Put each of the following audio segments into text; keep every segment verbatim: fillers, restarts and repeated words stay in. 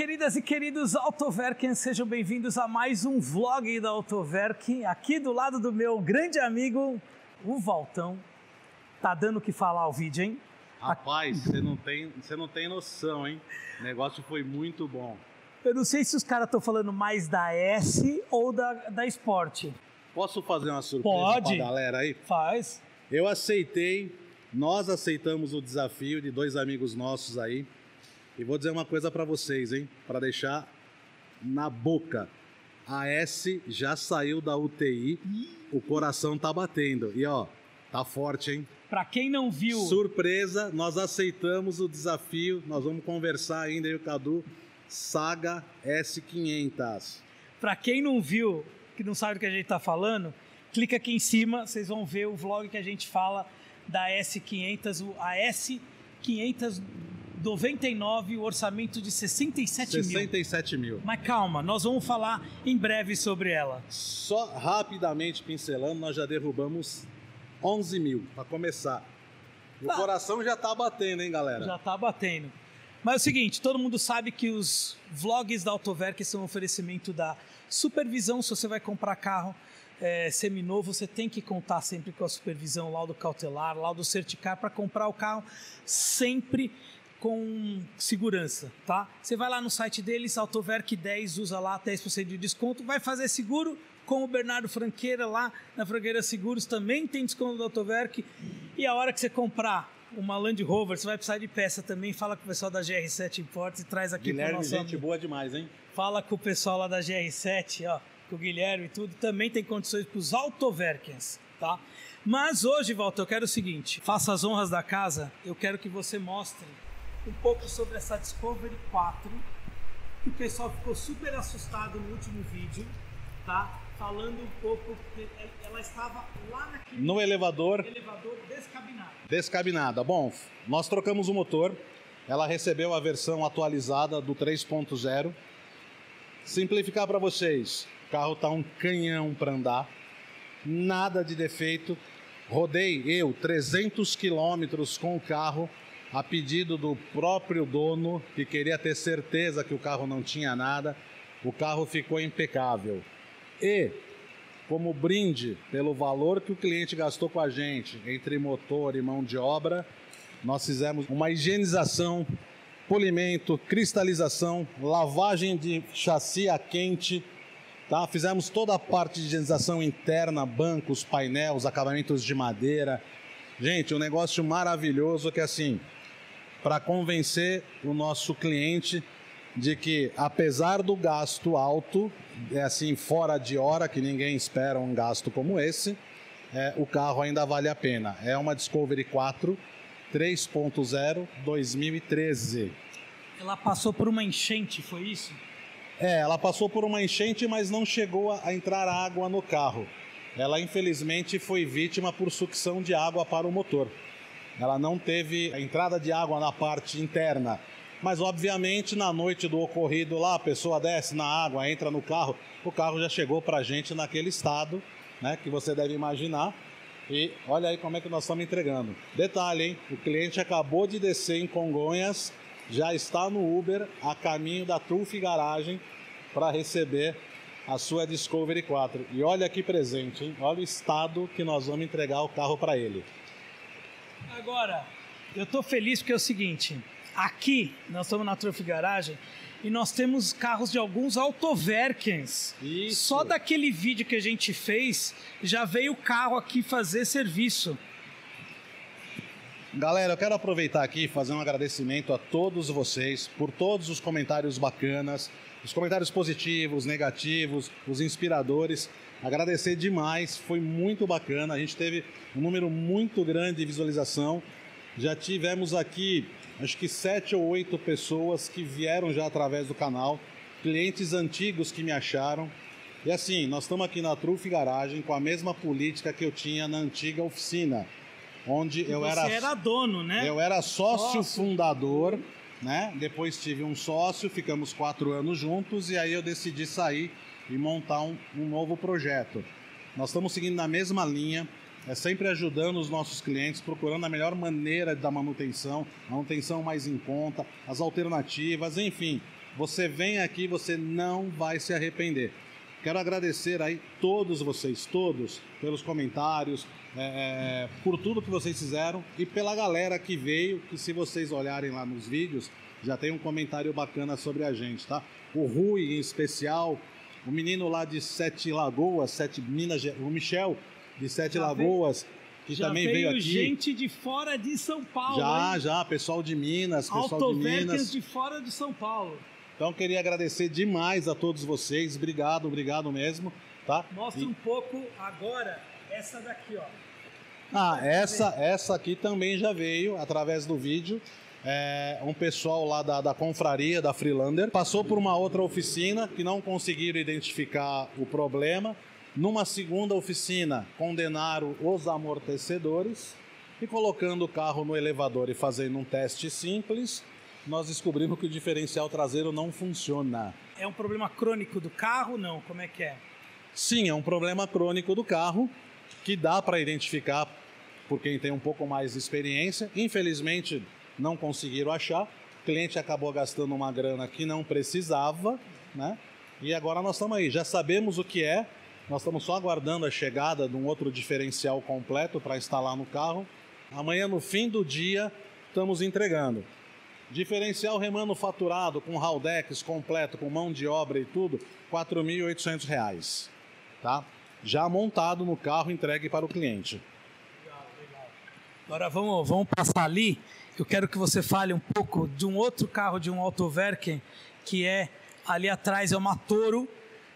queridas e queridos Autoverkens, sejam bem-vindos a mais um vlog da Autoverk. Aqui do lado do meu grande amigo, o Valtão. Tá dando o que falar o vídeo, hein? Rapaz, você não tem, você não tem noção, hein? O negócio foi muito bom. Eu não sei se os caras estão falando mais da S ou da, da Sport. Posso fazer uma surpresa Pode. pra galera aí? Faz. Eu aceitei, nós aceitamos o desafio de dois amigos nossos aí. E vou dizer uma coisa pra vocês, hein? Pra deixar na boca. A S já saiu da U T I, o coração tá batendo. E ó, tá forte, hein? Pra quem não viu... Surpresa, nós aceitamos o desafio. Nós vamos conversar ainda, eu e o Cadu. Saga S quinhentos. Pra quem não viu, que não sabe do que a gente tá falando, clica aqui em cima, vocês vão ver o vlog que a gente fala da S quinhentos, a S quinhentos noventa e nove, o orçamento de sessenta e sete mil. sessenta e sete mil. Mas calma, nós vamos falar em breve sobre ela. Só rapidamente pincelando, nós já derrubamos onze mil, para começar. O Tá. coração já tá batendo, hein, galera? Já tá batendo. Mas é o seguinte, todo mundo sabe que os vlogs da Autoverk são um oferecimento da supervisão. Se você vai comprar carro é, seminovo, você tem que contar sempre com a supervisão, laudo cautelar, laudo certicar, para comprar o carro sempre com segurança, tá? Você vai lá no site deles, Autoverk dez, usa lá dez por cento de desconto, vai fazer seguro com o Bernardo Franqueira lá na Franqueira Seguros, também tem desconto da Autoverk. E a hora que você comprar uma Land Rover, você vai precisar de peça também, fala com o pessoal da G R sete Imports e traz aqui Guilherme, pro nosso gente amigo. boa demais, hein? Fala com o pessoal lá da G R sete, ó, com o Guilherme e tudo, também tem condições para os Autoverkens, tá? Mas hoje, Walter, eu quero o seguinte, faça as honras da casa, eu quero que você mostre um pouco sobre essa Discovery quatro, que o pessoal ficou super assustado no último vídeo, tá? Falando um pouco, que ela estava lá naquele No elevador, elevador descabinado. descabinada. Bom, nós trocamos o motor, ela recebeu a versão atualizada do três ponto zero. Simplificar para vocês, o carro tá um canhão para andar, nada de defeito. Rodei eu trezentos quilômetros com o carro, a pedido do próprio dono, que queria ter certeza que o carro não tinha nada. O carro ficou impecável. E, como brinde pelo valor que o cliente gastou com a gente, entre motor e mão de obra, nós fizemos uma higienização, polimento, cristalização, lavagem de chassi a quente, tá? Fizemos toda a parte de higienização interna, bancos, painéis, acabamentos de madeira. Gente, um negócio maravilhoso que, assim, para convencer o nosso cliente de que, apesar do gasto alto, é assim, fora de hora, que ninguém espera um gasto como esse, é, o carro ainda vale a pena. É uma Discovery quatro três ponto zero dois mil e treze. Ela passou por uma enchente, foi isso? É, ela passou por uma enchente, mas não chegou a, a entrar água no carro. Ela, infelizmente, foi vítima por sucção de água para o motor. Ela não teve a entrada de água na parte interna. Mas, obviamente, na noite do ocorrido lá, a pessoa desce na água, entra no carro, o carro já chegou para a gente naquele estado, né, que você deve imaginar. E olha aí como é que nós estamos entregando. Detalhe, hein? O cliente acabou de descer em Congonhas, já está no Uber, a caminho da Truf Garagem, para receber a sua Discovery quatro. E olha aqui presente, hein? Olha o estado que nós vamos entregar o carro para ele. Agora, eu tô feliz porque é o seguinte, aqui nós estamos na Truf Garagem e nós temos carros de alguns Autoverkens. Isso. Só daquele vídeo que a gente fez, já veio o carro aqui fazer serviço. Galera, eu quero aproveitar aqui e fazer um agradecimento a todos vocês por todos os comentários bacanas, os comentários positivos, negativos, os inspiradores. Agradecer demais, foi muito bacana, a gente teve um número muito grande de visualização. Já tivemos aqui, acho que sete ou oito pessoas que vieram já através do canal, clientes antigos que me acharam. E assim, nós estamos aqui na Truf Garagem com a mesma política que eu tinha na antiga oficina, onde eu Você era, era dono, né? eu era sócio, Sócio. fundador, né? Depois tive um sócio, ficamos quatro anos juntos e aí eu decidi sair e montar um, um novo projeto. Nós estamos seguindo na mesma linha, é sempre ajudando os nossos clientes, procurando a melhor maneira da manutenção, manutenção mais em conta, as alternativas, enfim. Você vem aqui, você não vai se arrepender. Quero agradecer aí todos vocês, todos, pelos comentários, é, por tudo que vocês fizeram e pela galera que veio, que se vocês olharem lá nos vídeos, já tem um comentário bacana sobre a gente, tá? O Rui, em especial, o menino lá de Sete Lagoas, Sete Minas, o Michel, de Sete já Lagoas, veio, que também veio, veio aqui. Gente de fora de São Paulo. Já, hein? já, pessoal de Minas, pessoal de Minas. de fora de São Paulo. Então, queria agradecer demais a todos vocês. Obrigado, obrigado mesmo, tá? Mostra e... um pouco agora essa daqui, ó. Ah, essa, essa aqui também já veio através do vídeo. É, um pessoal lá da, da confraria, da Freelander, passou por uma outra oficina que não conseguiram identificar o problema. Numa segunda oficina, condenaram os amortecedores e colocando o carro no elevador e fazendo um teste simples, nós descobrimos que o diferencial traseiro não funciona. É um problema crônico do carro, não? Como é que é? Sim, é um problema crônico do carro que dá para identificar por quem tem um pouco mais de experiência. Infelizmente, não conseguiram achar. O cliente acabou gastando uma grana que não precisava, né? E agora nós estamos aí, já sabemos o que é. Nós estamos só aguardando a chegada de um outro diferencial completo para instalar no carro. Amanhã, no fim do dia, estamos entregando. Diferencial remanufaturado com Haldex completo, com mão de obra e tudo, quatro mil e oitocentos reais, tá? Já montado no carro, entregue para o cliente. Legal, legal. Agora vamos, vamos passar ali. Eu quero que você fale um pouco de um outro carro de um Autoverken, que é ali atrás, é uma Toro,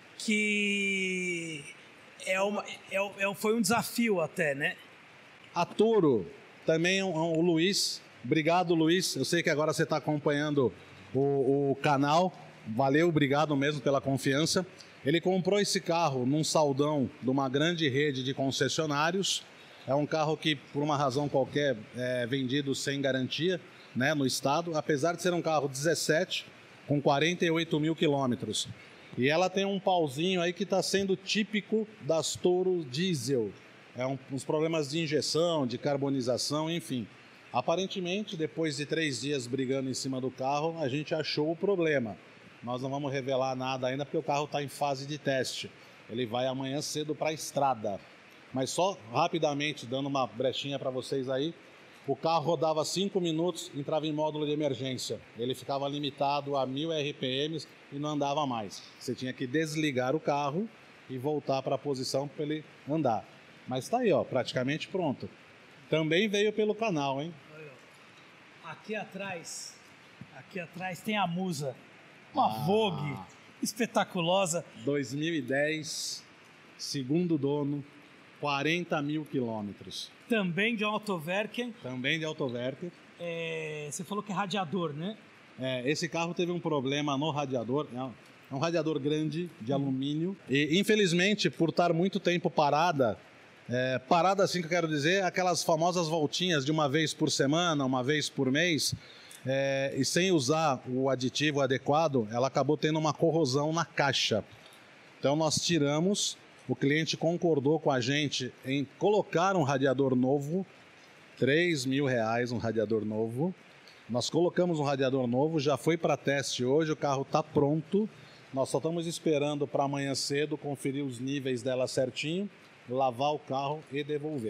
que é uma, é, é, foi um desafio até, né? A Toro também é um, o Luiz. Obrigado, Luiz. Eu sei que agora você está acompanhando o, o canal. Valeu, obrigado mesmo pela confiança. Ele comprou esse carro num saldão de uma grande rede de concessionários. É um carro que, por uma razão qualquer, é vendido sem garantia, né, no estado. Apesar de ser um carro dezessete, com quarenta e oito mil quilômetros. E ela tem um pauzinho aí que está sendo típico das Toro diesel. É um, uns problemas de injeção, de carbonização, enfim. Aparentemente, depois de três dias brigando em cima do carro, a gente achou o problema. Nós não vamos revelar nada ainda porque o carro está em fase de teste. Ele vai amanhã cedo para a estrada. Mas só rapidamente, dando uma brechinha para vocês aí, o carro rodava cinco minutos, entrava em módulo de emergência. Ele ficava limitado a mil R P Ms e não andava mais. Você tinha que desligar o carro e voltar para a posição para ele andar. Mas está aí, ó, praticamente pronto. Também veio pelo canal, hein? Aqui atrás, aqui atrás tem a Musa, uma ah, Vogue espetaculosa. dois mil e dez, segundo dono, quarenta mil quilômetros. Também de Autoverken. Também de Autoverken. É, você falou que é radiador, né? É, esse carro teve um problema no radiador. É um radiador grande, de alumínio. E, infelizmente, por estar muito tempo parada, É, parada assim que eu quero dizer, aquelas famosas voltinhas de uma vez por semana, uma vez por mês, é, e sem usar o aditivo adequado, ela acabou tendo uma corrosão na caixa. Então nós tiramos, o cliente concordou com a gente em colocar um radiador novo, três mil reais um radiador novo. Nós colocamos um radiador novo, já foi para teste hoje, o carro está pronto, nós só estamos esperando para amanhã cedo conferir os níveis dela certinho, lavar o carro e devolver.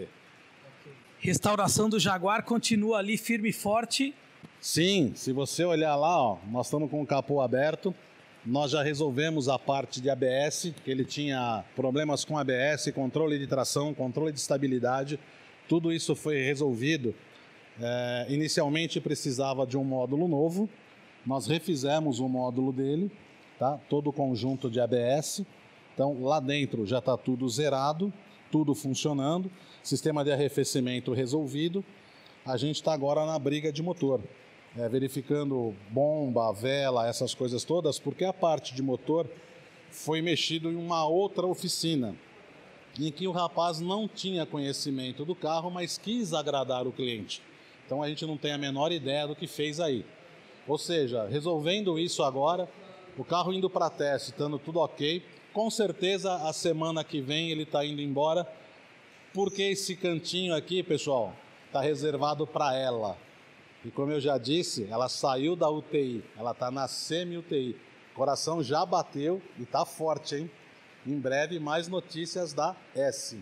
Restauração do Jaguar continua ali firme e forte? Sim, se você olhar lá, ó, nós estamos com o capô aberto. Nós já resolvemos a parte de A B S, que ele tinha problemas com A B S, controle de tração, controle de estabilidade. Tudo isso foi resolvido. É, inicialmente precisava de um módulo novo. Nós refizemos o módulo dele, tá? Todo o conjunto de A B S. Então, lá dentro já está tudo zerado, tudo funcionando, sistema de arrefecimento resolvido. A gente está agora na briga de motor, é, verificando bomba, vela, essas coisas todas, porque a parte de motor foi mexido em uma outra oficina, em que o rapaz não tinha conhecimento do carro, mas quis agradar o cliente. Então, a gente não tem a menor ideia do que fez aí. Ou seja, resolvendo isso agora, o carro indo para teste, estando tudo ok, com certeza a semana que vem ele está indo embora, porque esse cantinho aqui, pessoal, está reservado para ela. E como eu já disse, ela saiu da U T I, ela está na semi-U T I. O coração já bateu e está forte, hein? Em breve, mais notícias da S.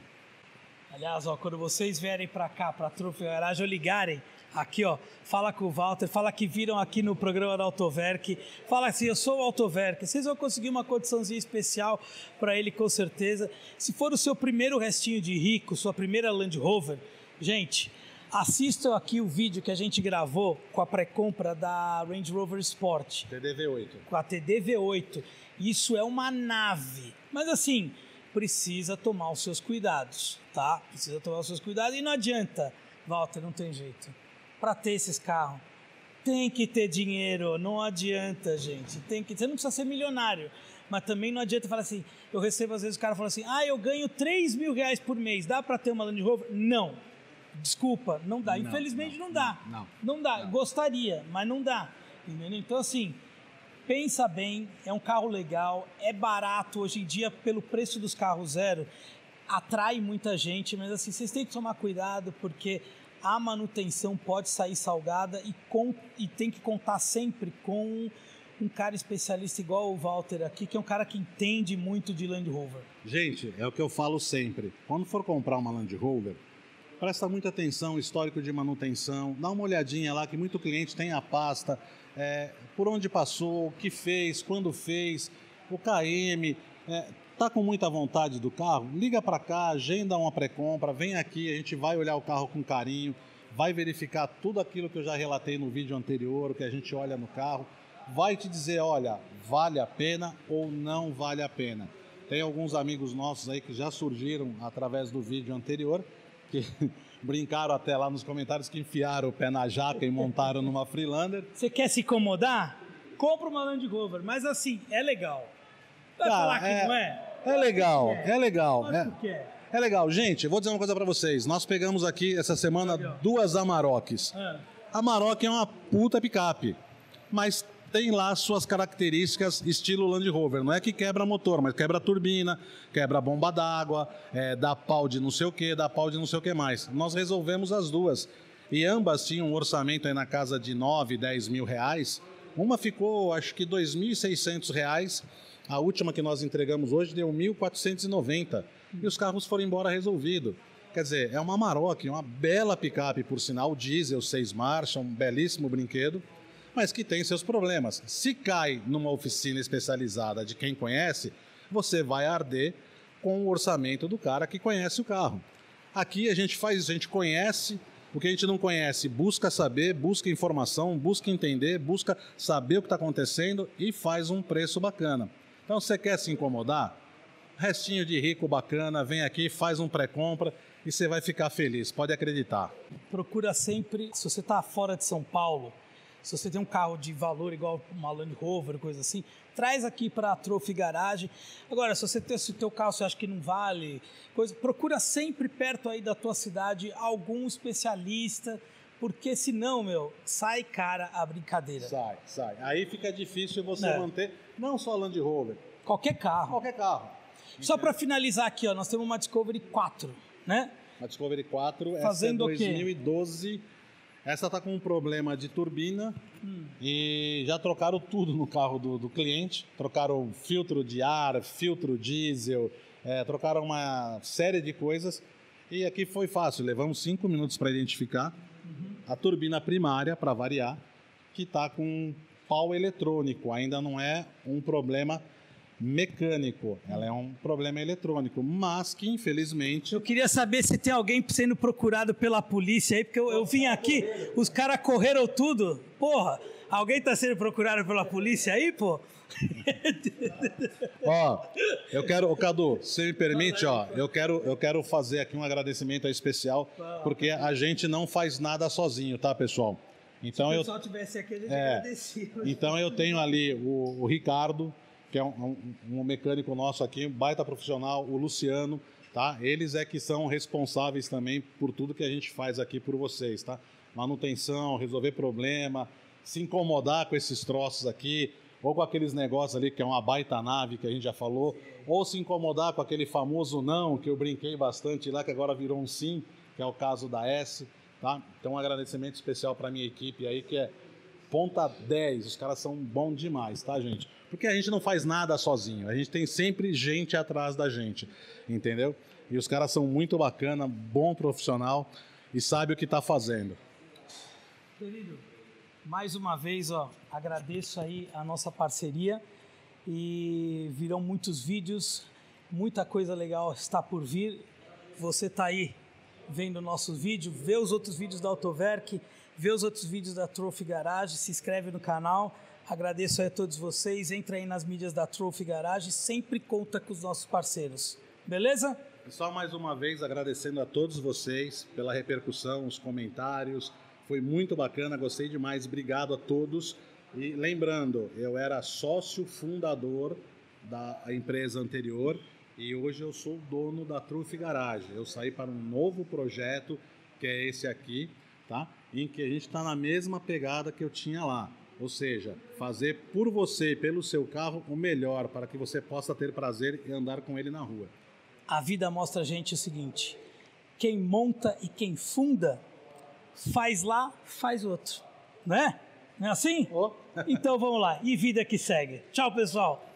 Aliás, ó, quando vocês vierem para cá, para a Trophy Garage, ou ligarem aqui, ó, fala com o Walter, fala que viram aqui no programa da Autoverk, fala assim, eu sou o Autoverk, vocês vão conseguir uma condiçãozinha especial para ele, com certeza. Se for o seu primeiro restinho de rico, sua primeira Land Rover, gente, assistam aqui o vídeo que a gente gravou com a pré-compra da Range Rover Sport. T D V oito. Com a T D V oito. Isso é uma nave. Mas assim, precisa tomar os seus cuidados, tá? Precisa tomar os seus cuidados e não adianta, Walter, não tem jeito. Para ter esses carros, tem que ter dinheiro, não adianta, gente. Tem que, você não precisa ser milionário, mas também não adianta falar assim, eu recebo às vezes o cara fala assim, ah, eu ganho três mil reais por mês, dá para ter uma Land Rover? Não. Desculpa, não dá. Não, Infelizmente não, não dá. Não, não, não dá. Não. Gostaria, mas não dá. Entendeu? Então, assim, pensa bem, é um carro legal, é barato hoje em dia pelo preço dos carros zero, atrai muita gente, mas assim, vocês têm que tomar cuidado porque a manutenção pode sair salgada e, com, e tem que contar sempre com um cara especialista igual o Walter aqui, que é um cara que entende muito de Land Rover. Gente, é o que eu falo sempre. Quando for comprar uma Land Rover, presta muita atenção, histórico de manutenção, dá uma olhadinha lá, que muito cliente tem a pasta, é, por onde passou, o que fez, quando fez, o K M, é, tá com muita vontade do carro, liga para cá, agenda uma pré-compra, vem aqui, a gente vai olhar o carro com carinho, vai verificar tudo aquilo que eu já relatei no vídeo anterior, o que a gente olha no carro, vai te dizer, olha, vale a pena ou não vale a pena. Tem alguns amigos nossos aí que já surgiram através do vídeo anterior, que brincaram até lá nos comentários que enfiaram o pé na jaca e montaram numa Freelander. Você quer se incomodar? Compra uma Land Rover, mas assim, é legal. Vai Cara, falar que é, não é? É legal, é, é legal. É, que é. é legal. Gente, eu vou dizer uma coisa pra vocês. Nós pegamos aqui essa semana Legal. duas Amarokes. Ah. A Amarok é uma puta picape, mas tem lá suas características estilo Land Rover. Não é que quebra motor, mas quebra turbina, quebra bomba d'água, é, dá pau de não sei o que, dá pau de não sei o que mais. Nós resolvemos as duas. E ambas tinham um orçamento aí na casa de nove, dez mil reais. Uma ficou, acho que, dois mil e seiscentos reais. A última que nós entregamos hoje deu mil quatrocentos e noventa. E os carros foram embora resolvido. Quer dizer, é uma Amarok, uma bela picape, por sinal, diesel, seis marchas, um belíssimo brinquedo, mas que tem seus problemas. Se cai numa oficina especializada de quem conhece, você vai arder com o orçamento do cara que conhece o carro. Aqui a gente faz isso, a gente conhece, o que a gente não conhece, busca saber, busca informação, busca entender, busca saber o que está acontecendo e faz um preço bacana. Então, você quer se incomodar? Restinho de rico bacana, vem aqui, faz um pré-compra e você vai ficar feliz, pode acreditar. Procura sempre, se você está fora de São Paulo, se você tem um carro de valor igual uma Land Rover, coisa assim, traz aqui para a Trophy Garage. Agora, se você tem o teu carro, você acha que não vale, coisa, procura sempre perto aí da tua cidade algum especialista, porque senão, meu, sai cara a brincadeira. Sai, sai. Aí fica difícil você É. manter, não só Land Rover, Qualquer carro. qualquer carro. Só para finalizar aqui, ó, nós temos uma Discovery quatro, né? A Discovery quatro, Fazendo o essa é quê? dois mil e doze. Essa está com um problema de turbina Hum. e já trocaram tudo no carro do, do cliente. Trocaram filtro de ar, filtro diesel, é, trocaram uma série de coisas. E aqui foi fácil, levamos cinco minutos para identificar. Uhum. A turbina primária, para variar, que está com pau eletrônico. Ainda não é um problema mecânico, ela é um problema eletrônico, mas que infelizmente... Eu queria saber se tem alguém sendo procurado pela polícia aí, porque eu, eu vim aqui, os caras correram tudo. Porra, alguém tá sendo procurado pela polícia aí, pô? Ó, eu quero, ô Cadu, se me permite, ó, eu quero, eu quero fazer aqui um agradecimento especial, porque a gente não faz nada sozinho, tá, pessoal? Então Se o eu, pessoal tivesse aqui, a gente é, agradecia. então eu tenho ali o, o Ricardo, que é um, um, um mecânico nosso aqui, um baita profissional, o Luciano, tá? Eles é que são responsáveis também por tudo que a gente faz aqui por vocês, tá? Manutenção, resolver problema, se incomodar com esses troços aqui, ou com aqueles negócios ali que é uma baita nave que a gente já falou, ou se incomodar com aquele famoso não, que eu brinquei bastante lá, que agora virou um sim, que é o caso da S, tá? tá? Então um agradecimento especial para minha equipe aí, que é ponta dez, os caras são bons demais, tá, gente? Porque a gente não faz nada sozinho, a gente tem sempre gente atrás da gente, entendeu? E os caras são muito bacana, bom profissional e sabe o que tá fazendo. Querido, mais uma vez, ó, agradeço aí a nossa parceria e virão muitos vídeos, muita coisa legal está por vir. Você tá aí vendo o nosso vídeo, vê os outros vídeos da Autoverk, vê os outros vídeos da Trophy Garage, se inscreve no canal. Agradeço aí a todos vocês, entra aí nas mídias da Trophy Garage, sempre conta com os nossos parceiros, beleza? E só mais uma vez agradecendo a todos vocês pela repercussão, os comentários, foi muito bacana, gostei demais, obrigado a todos. E lembrando, eu era sócio fundador da empresa anterior e hoje eu sou dono da Trophy Garage. Eu saí para um novo projeto, que é esse aqui, tá? Em que a gente está na mesma pegada que eu tinha lá. Ou seja, fazer por você e pelo seu carro o melhor, para que você possa ter prazer e andar com ele na rua. A vida mostra a gente o seguinte, quem monta e quem funda, faz lá, faz outro, né? Não é assim? Oh. Então vamos lá, e vida que segue. Tchau, pessoal!